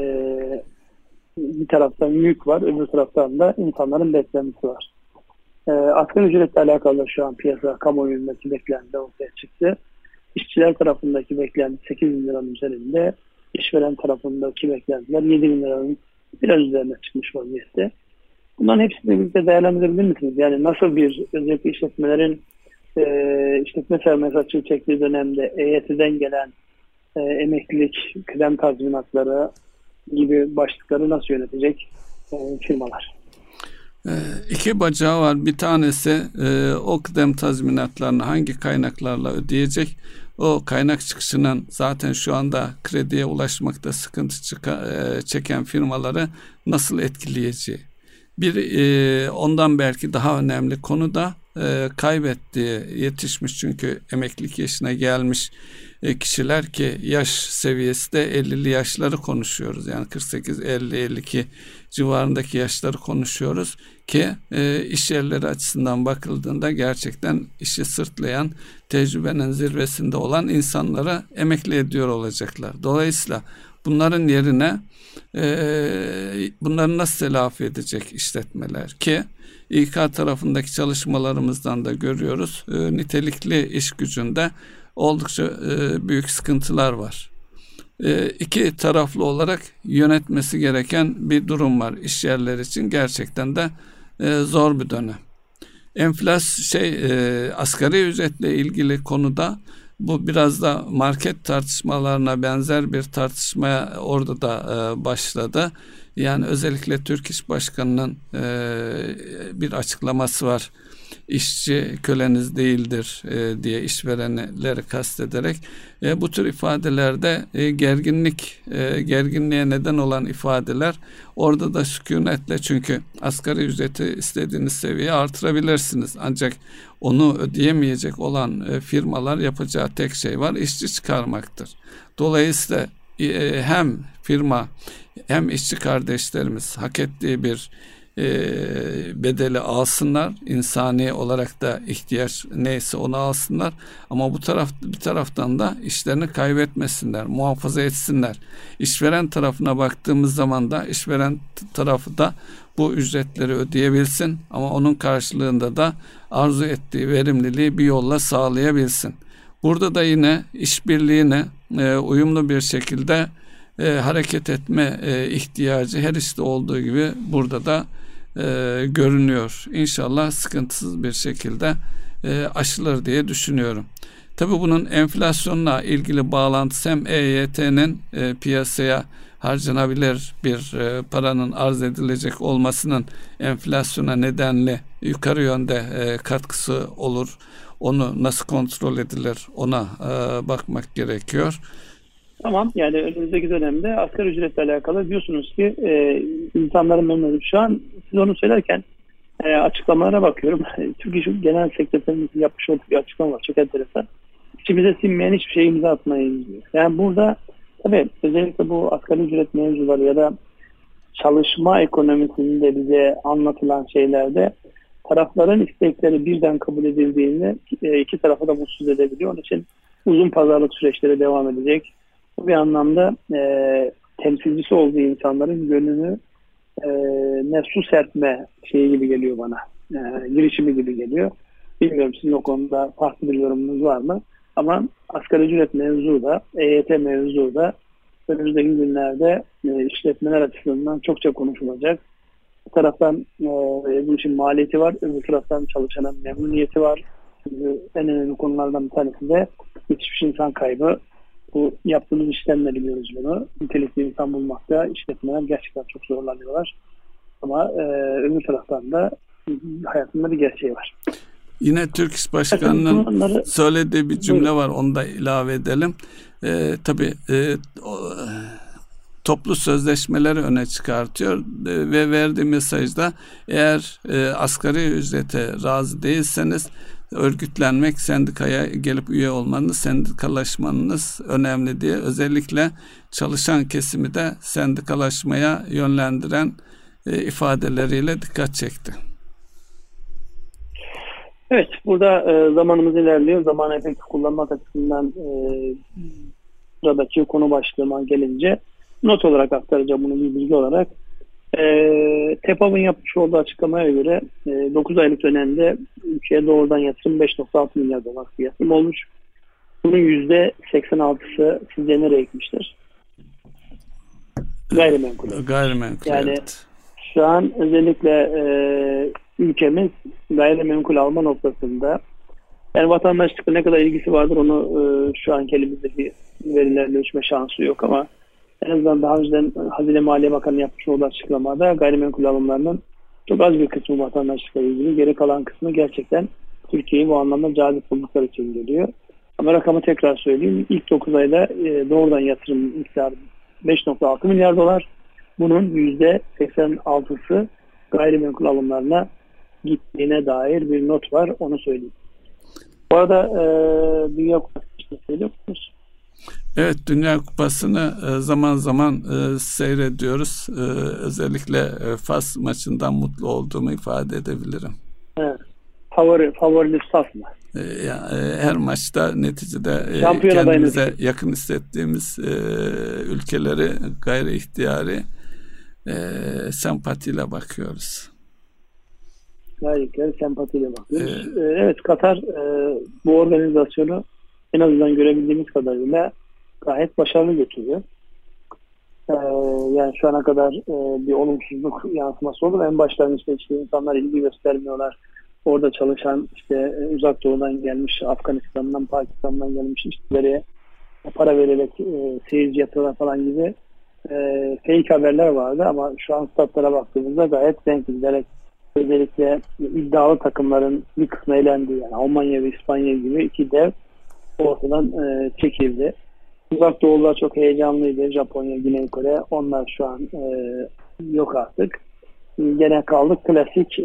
bir taraftan yük var, öbür taraftan da insanların beklentisi var. Asgari ücretle alakalı şu an piyasa kamuoyundaki beklenti ortaya çıktı. İşçiler tarafındaki beklenti 8 bin liranın üzerinde, işveren tarafındaki beklentiler 7 bin liranın biraz üzerine çıkmış vaziyette. Bunların hepsini birlikte değerlendirebilir misiniz? Yani nasıl bir özellikle işletmelerin işletme sermayesi açığı çektiği dönemde EYT'den gelen emeklilik, kıdem tazminatları gibi başlıkları nasıl yönetecek firmalar? İki bacağı var. Bir tanesi o kıdem tazminatlarını hangi kaynaklarla ödeyecek? O kaynak çıkışının zaten şu anda krediye ulaşmakta sıkıntı çeken firmaları nasıl etkileyeceği. Ondan belki daha önemli konu da kaybettiği, yetişmiş çünkü emeklilik yaşına gelmiş kişiler ki yaş seviyesi de 50'li yaşları konuşuyoruz. Yani 48, 50, 52 civarındaki yaşları konuşuyoruz ki iş yerleri açısından bakıldığında gerçekten işi sırtlayan, tecrübenin zirvesinde olan insanlara emekli ediyor olacaklar. Dolayısıyla bunların yerine bunları nasıl telafi edecek işletmeler ki İK tarafındaki çalışmalarımızdan da görüyoruz. Nitelikli iş gücünde oldukça büyük sıkıntılar var. İki taraflı olarak yönetmesi gereken bir durum var iş yerleri için. Gerçekten de zor bir dönem. Asgari ücretle ilgili konuda bu biraz da market tartışmalarına benzer bir tartışmaya orada da başladı. Yani özellikle Türk İş Başkanı'nın bir açıklaması var. işçi köleniz değildir diye işverenleri kastederek bu tür ifadelerde gerginliğe neden olan ifadeler, orada da sükunetle, çünkü asgari ücreti istediğiniz seviyeye artırabilirsiniz. Ancak onu ödeyemeyecek olan firmalar yapacağı tek şey var, işçi çıkarmaktır. Dolayısıyla hem firma hem işçi kardeşlerimiz hak ettiği bir bedeli alsınlar. İnsani olarak da ihtiyaç neyse onu alsınlar. Ama bir taraftan da işlerini kaybetmesinler, muhafaza etsinler. İşveren tarafına baktığımız zaman da işveren tarafı da bu ücretleri ödeyebilsin, ama onun karşılığında da arzu ettiği verimliliği bir yolla sağlayabilsin. Burada da yine işbirliğine uyumlu bir şekilde hareket etme ihtiyacı her işte olduğu gibi burada da görünüyor. İnşallah sıkıntısız bir şekilde aşılır diye düşünüyorum. Tabii bunun enflasyonla ilgili bağlantısı, hem EYT'nin piyasaya harcanabilir bir paranın arz edilecek olmasının enflasyona nedenli yukarı yönde katkısı olur. Onu nasıl kontrol edilir, ona bakmak gerekiyor. Tamam, yani önümüzdeki dönemde asgari ücretle alakalı diyorsunuz ki insanların memnuniyeti. Şu an siz onu söylerken açıklamalara bakıyorum. Türk İş Genel Sekreterimiz yapmış olduğu bir açıklama var. Çok enteresan. İçimize sinmeyen hiçbir şey imza atmayız diyor. Yani burada tabii özellikle bu asgari ücret mevzuları ya da çalışma ekonomisinde bize anlatılan şeylerde tarafların istekleri birden kabul edildiğinde iki tarafı da mutsuz edebiliyor. Onun için uzun pazarlık süreçleri devam edecek. Bu bir anlamda temsilcisi olduğu insanların gönlünü su serpme şeyi gibi geliyor bana. Girişimi gibi geliyor. Bilmiyorum sizin o konuda farklı bir yorumunuz var mı? Ama asgari ücret mevzu da, EYT mevzu da önümüzdeki günlerde işletmeler açısından çokça konuşulacak. Bir taraftan bu işin maliyeti var, öbür taraftan çalışanın memnuniyeti var. Çünkü en önemli konulardan bir tanesi de yetişmiş insan kaybı. Bu yaptığımız işlemle biliyoruz bunu. Nitelikli insan bulmakta işletmeler gerçekten çok zorlanıyorlar. Ama öbür taraftan da hayatında bir gerçeği var. Yine Türk İş Başkanı'nın söylediği bir cümle var, onu da ilave edelim. Tabii toplu sözleşmeleri öne çıkartıyor ve verdiği mesajda, eğer asgari ücrete razı değilseniz örgütlenmek, sendikaya gelip üye olmanız, sendikalaşmanız önemli diye özellikle çalışan kesimi de sendikalaşmaya yönlendiren ifadeleriyle dikkat çekti. Evet, burada zamanımız ilerliyor. Zamanı efektif kullanmak açısından buradaki konu başlığıma gelince not olarak aktaracağım bunu, bir bilgi olarak. TEPAV'ın yapmış olduğu açıklamaya göre 9 aylık dönemde ülkeye doğrudan yatırım 5.6 milyar dolar bir yatırım olmuş. Bunun %86'sı sizce nereye gitmiştir? Gayrimenkul. Yani evet. Şu an özellikle ülkemiz gayrimenkul alma noktasında, yani vatandaşlıkla ne kadar ilgisi vardır onu şu anki elimizdeki verilerle ölçme şansı yok, ama en azından daha önceden Hazine Maliye Bakanı yapmış olduğu açıklamada gayrimenkul alımlarının çok az bir kısmı vatandaşlıkla ilgili, geri kalan kısmı gerçekten Türkiye'yi bu anlamda cazip buldukları için geliyor. Ama rakamı tekrar söyleyeyim. İlk 9 ayda doğrudan yatırım miktarı 5.6 milyar dolar. Bunun %86'sı gayrimenkul alımlarına gittiğine dair bir not var. Onu söyleyeyim. Bu arada Dünya Kupası işte söylüyor musunuz? Evet, Dünya Kupası'nı zaman zaman seyrediyoruz. Özellikle Fas maçından mutlu olduğumu ifade edebilirim. Evet. Favoriniz Fas mı? Her maçta neticede kendimize yakın hissettiğimiz ülkeleri gayri ihtiyari sempatiyle bakıyoruz. Gayri sempatiyle bakıyoruz. Evet, Katar bu organizasyonu en azından görebildiğimiz kadarıyla gayet başarılı götürüyor. Yani şu ana kadar bir olumsuzluk yansıması olur. En başlangıçta işte insanlar ilgi göstermiyorlar. Orada çalışan işte Uzak Doğu'dan gelmiş, Afganistan'dan, Pakistan'dan gelmiş işçilere para vererek seyirci yatırıyorlar falan gibi fake haberler vardı, ama şu an statlara baktığımızda gayet renkli giderek özellikle iddialı takımların bir kısmı elendi. Yani Almanya ve İspanya gibi iki dev ortadan çekildi. Uzak Doğular çok heyecanlıydı. Japonya, Güney Kore. Onlar şu an yok artık. Gene kaldık klasik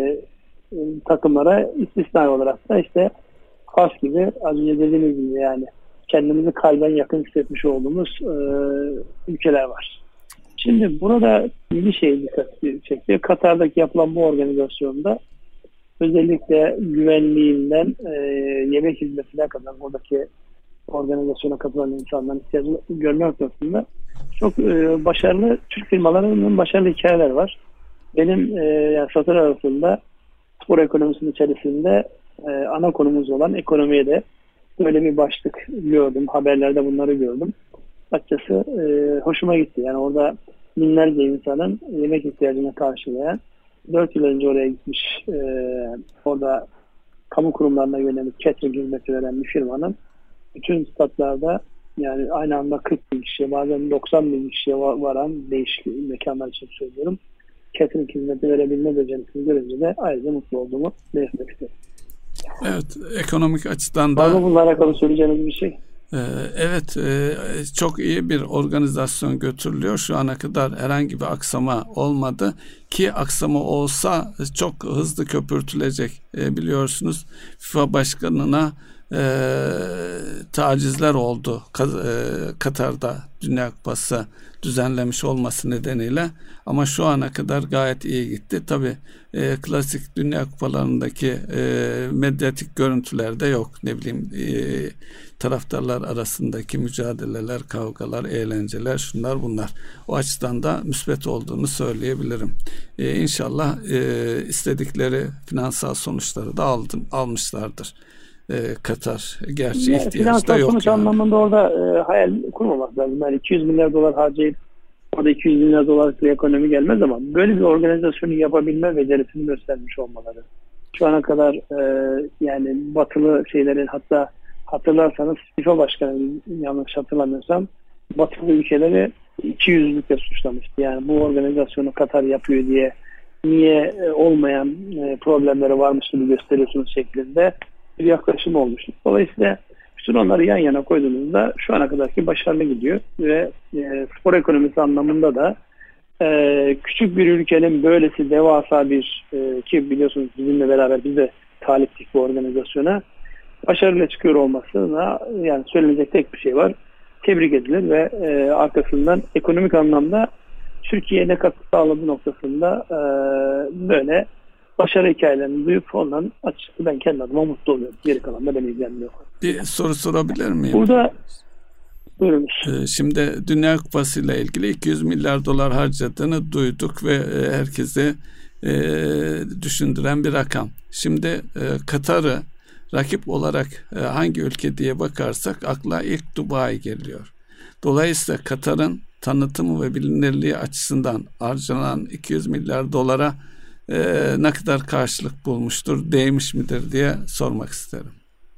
takımlara, istisna olarak da işte Fas gibi, az önce dediğimiz gibi yani kendimizi kalben yakın hissetmiş olduğumuz ülkeler var. Şimdi burada bir şey dikkat çekiyor. Katar'daki yapılan bu organizasyonda özellikle güvenliğinden yemek hizmetine kadar buradaki organizasyona katılan insanların ihtiyacını görme noktasında çok başarılı Türk firmalarının başarılı hikayeler var. Benim yani satır arasında spor ekonomisinin içerisinde ana konumuz olan ekonomiye de böyle bir başlık gördüm. Haberlerde bunları gördüm. Açıkçası hoşuma gitti. Yani orada binlerce insanın yemek ihtiyacını karşılayan 4 yıl önce oraya gitmiş orada kamu kurumlarına yönelik catering hizmeti veren bir firmanın bütün statlarda yani aynı anda 40 bin kişiye bazen 90 bin kişiye varan değişik mekanlar için söylüyorum. Catering hizmeti verebilme becerisini görünce de ayrıca mutlu olduğumu belirtmek istedim. Evet, ekonomik açıdan da... Var mı bununla alakalı söyleyeceğiniz bir şey? Evet, çok iyi bir organizasyon götürülüyor. Şu ana kadar herhangi bir aksama olmadı ki aksama olsa çok hızlı köpürtülecek. Biliyorsunuz FIFA başkanına tacizler oldu. Katar'da Dünya Kupası düzenlemiş olması nedeniyle, ama şu ana kadar gayet iyi gitti. Tabii klasik Dünya Kupalarındaki medyatik görüntüler de yok. Ne bileyim taraftarlar arasındaki mücadeleler, kavgalar, eğlenceler, şunlar bunlar. O açıdan da müsbet olduğunu söyleyebilirim. İnşallah istedikleri finansal sonuçları da almışlardır. Katar. Gerçi ihtiyaç da finansal yok. sonuç yani. Anlamında orada hayal kurmamak lazım. Yani 200 milyar dolar harcayıp orada 200 milyar dolarlık bir ekonomi gelmez ama böyle bir organizasyonu yapabilme becerisini göstermiş olmaları. Şu ana kadar yani batılı şeylerin, hatta hatırlarsanız FIFA başkanı, yanlış hatırlamıyorsam, batılı ülkeleri 200'lükle suçlamıştı. Yani bu organizasyonu Katar yapıyor diye niye olmayan problemleri varmış gibi gösteriyorsunuz şeklinde bir yaklaşım olmuştu. Dolayısıyla bütün onları yan yana koyduğumuzda şu ana kadarki başarılı gidiyor ve spor ekonomisi anlamında da küçük bir ülkenin böylesi devasa bir ki biliyorsunuz bizimle beraber biz de taliptik bu organizasyona, başarıyla çıkıyor olmasına yani söylenecek tek bir şey var. Tebrik edilir ve arkasından ekonomik anlamda Türkiye'ye ne katkı sağladığı noktasında böyle başarı hikayelerini duyup ondan açıkçası ben kendi adıma mutlu oluyorum. Geri kalan da beni ilgilenmiyor. Bir soru sorabilir miyim? Burada buyurunuz. Şimdi Dünya Kupası ile ilgili 200 milyar dolar harcadığını duyduk ve herkese düşündüren bir rakam. Şimdi Katar'ı rakip olarak hangi ülke diye bakarsak akla ilk Dubai geliyor. Dolayısıyla Katar'ın tanıtımı ve bilinirliği açısından harcanan 200 milyar dolara ne kadar karşılık bulmuştur, değmiş midir diye sormak isterim.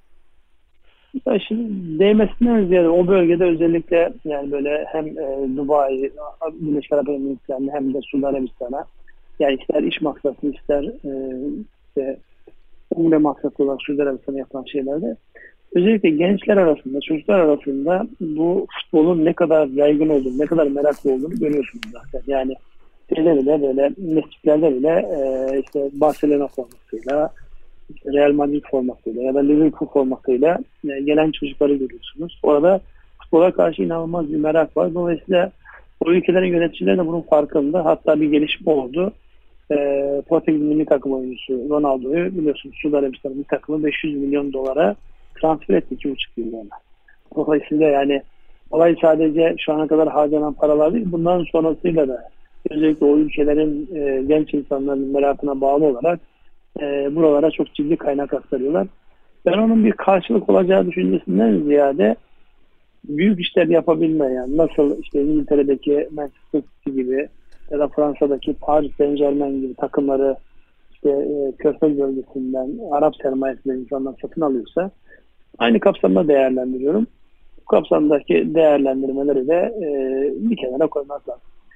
Ya şimdi değmesinden ziyade o bölgede özellikle yani böyle hem Dubai, Birleşik Arap Emirlikleri'ne hem de Suudi Arabistan'a yani ister iş maksatlı ister işte umre maksatlı olarak Suudi Arabistan'a yapılan şeylerde özellikle gençler arasında, çocuklar arasında bu futbolun ne kadar yaygın olduğunu, ne kadar meraklı olduğunu görüyorsunuz zaten. Yani şeyde bile böyle mescitlerde bile işte Barcelona formasıyla, Real Madrid formasıyla ya da Liverpool formasıyla gelen çocukları görüyorsunuz. Orada futbola karşı inanılmaz bir merak var. Dolayısıyla o ülkelerin yöneticileri de bunun farkında. Hatta bir gelişme oldu. Portekiz milli takım oyuncusu Ronaldo'yu biliyorsunuz Suudi Arabistan'ın bir takımı 500 milyon dolara transfer etti 2,5 yılda. Dolayısıyla yani olay sadece şu ana kadar harcanan paralar değil, bundan sonrasıyla da özellikle o ülkelerin genç insanların merakına bağlı olarak buralara çok ciddi kaynak aktarıyorlar. Ben onun bir karşılık olacağı düşüncesinden ziyade büyük işler yapabilme, yani nasıl işte İngiltere'deki Manchester City gibi ya da Fransa'daki Paris Saint-Germain gibi takımları işte Körfez bölgesinden Arap sermayesinden insanlar satın alıyorsa aynı kapsamda değerlendiriyorum. Bu kapsamdaki değerlendirmeleri de bir kenara koymak lazım.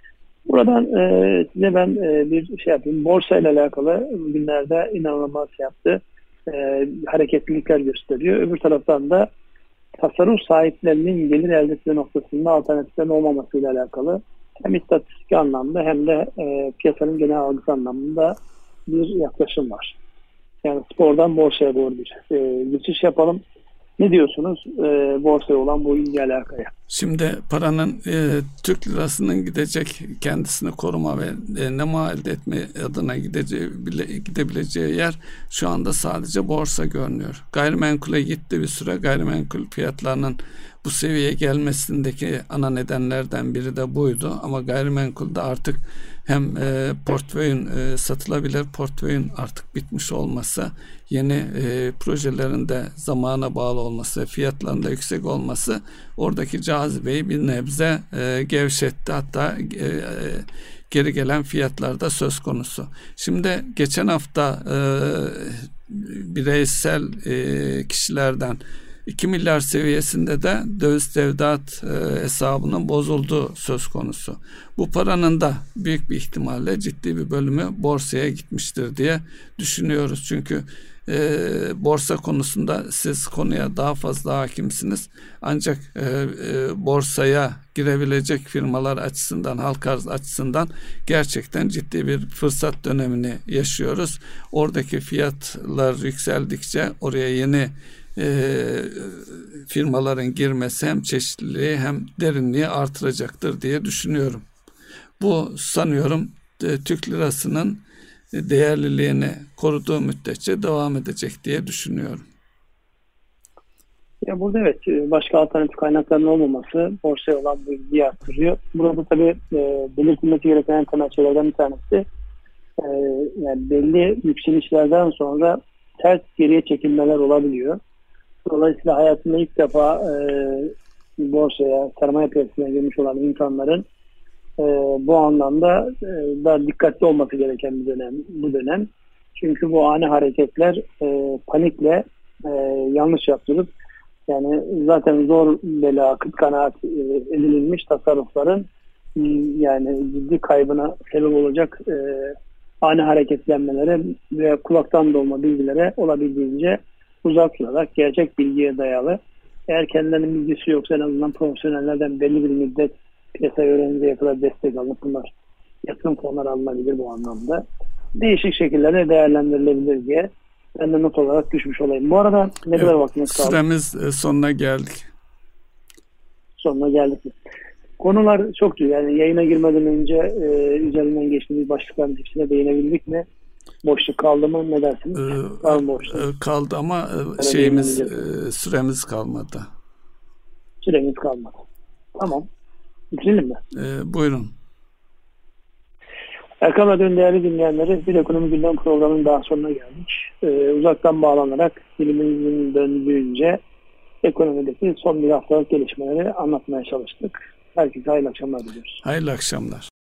Buradan size ben bir şey yapayım. Borsa ile alakalı bugünlerde inanılmaz yaptı. Hareketlilikler gösteriyor. Öbür taraftan da tasarruf sahiplerinin gelir elde etme noktasında alternatiflerin olmamasıyla alakalı hem istatistik anlamda hem de piyasanın genel algısı anlamında bir yaklaşım var. Yani spordan borsaya doğru bir geçiş yapalım. Ne diyorsunuz borsaya olan bu ilgi alakaya? Şimdi paranın Türk lirasının gidecek, kendisini koruma ve nema elde etme adına gidebileceği yer şu anda sadece borsa görünüyor. Gayrimenkule gitti bir süre. Gayrimenkul fiyatlarının bu seviyeye gelmesindeki ana nedenlerden biri de buydu. Ama gayrimenkulde artık hem portföyün satılabilir portföyün artık bitmiş olması, yeni projelerin de zamana bağlı olması, fiyatların da yüksek olması oradaki cazibeyi bir nebze gevşetti. Hatta geri gelen fiyatlarda söz konusu. Şimdi geçen hafta bireysel kişilerden 2 milyar seviyesinde de döviz tevdiat hesabının bozulduğu söz konusu. Bu paranın da büyük bir ihtimalle ciddi bir bölümü borsaya gitmiştir diye düşünüyoruz. Çünkü borsa konusunda siz konuya daha fazla hakimsiniz. Ancak borsaya girebilecek firmalar açısından, halka arz açısından gerçekten ciddi bir fırsat dönemini yaşıyoruz. Oradaki fiyatlar yükseldikçe oraya yeni firmaların girmesi hem çeşitliliği hem derinliği artıracaktır diye düşünüyorum. Bu sanıyorum Türk lirasının değerliliğini koruduğu müddetçe devam edecek diye düşünüyorum. Ya burada evet başka alternatif kaynakların olmaması borsaya olan bu ilgiyi arttırıyor. Burada tabii belirtilmesi gereken temel şeylerden bir tanesi yani belli yükselişlerden sonra ters geriye çekilmeler olabiliyor. Dolayısıyla hayatında ilk defa borsaya, sermaye piyasasına girmiş olan insanların bu anlamda daha dikkatli olması gereken bir dönem bu dönem. Çünkü bu ani hareketler panikle yanlış yaptırıp yani zaten zor bela kıt kanaat edilmiş tasarrufların yani ciddi kaybına sebep olacak ani hareketlenmelere ve kulaktan dolma bilgilere olabildiğince uzak durarak gerçek bilgiye dayalı. Eğer kendilerinin bilgisi yoksa en azından profesyonellerden belli bir müddet piyasaya öğreninceye kadar destek alınıp bunlar yatırım fonları alınabilir bu anlamda. Değişik şekillerde değerlendirilebilir diye ben de not olarak düşmüş olayım. Bu arada ne kadar vaktimiz kaldı? Süremiz sonuna geldik. Sonuna geldik mi? Konular çoktu. Yani yayına girmeden önce üzerinden geçtiğimiz başlıkların hepsine değinebildik mi? Boşluk kaldı mı? Ne dersiniz? Var mı boşluk? Kaldı ama süremiz kalmadı. Süremiz kalmadı. Tamam. Bitirelim mi? Buyurun. Erkam Radyo'nun değerli dinleyenleri bir ekonomi gündem programının daha sonuna geldik. Uzaktan bağlanarak dilimizin döndüğünce ekonomideki son bir haftalık gelişmeleri anlatmaya çalıştık. Herkese hayırlı akşamlar diliyoruz. Hayırlı akşamlar.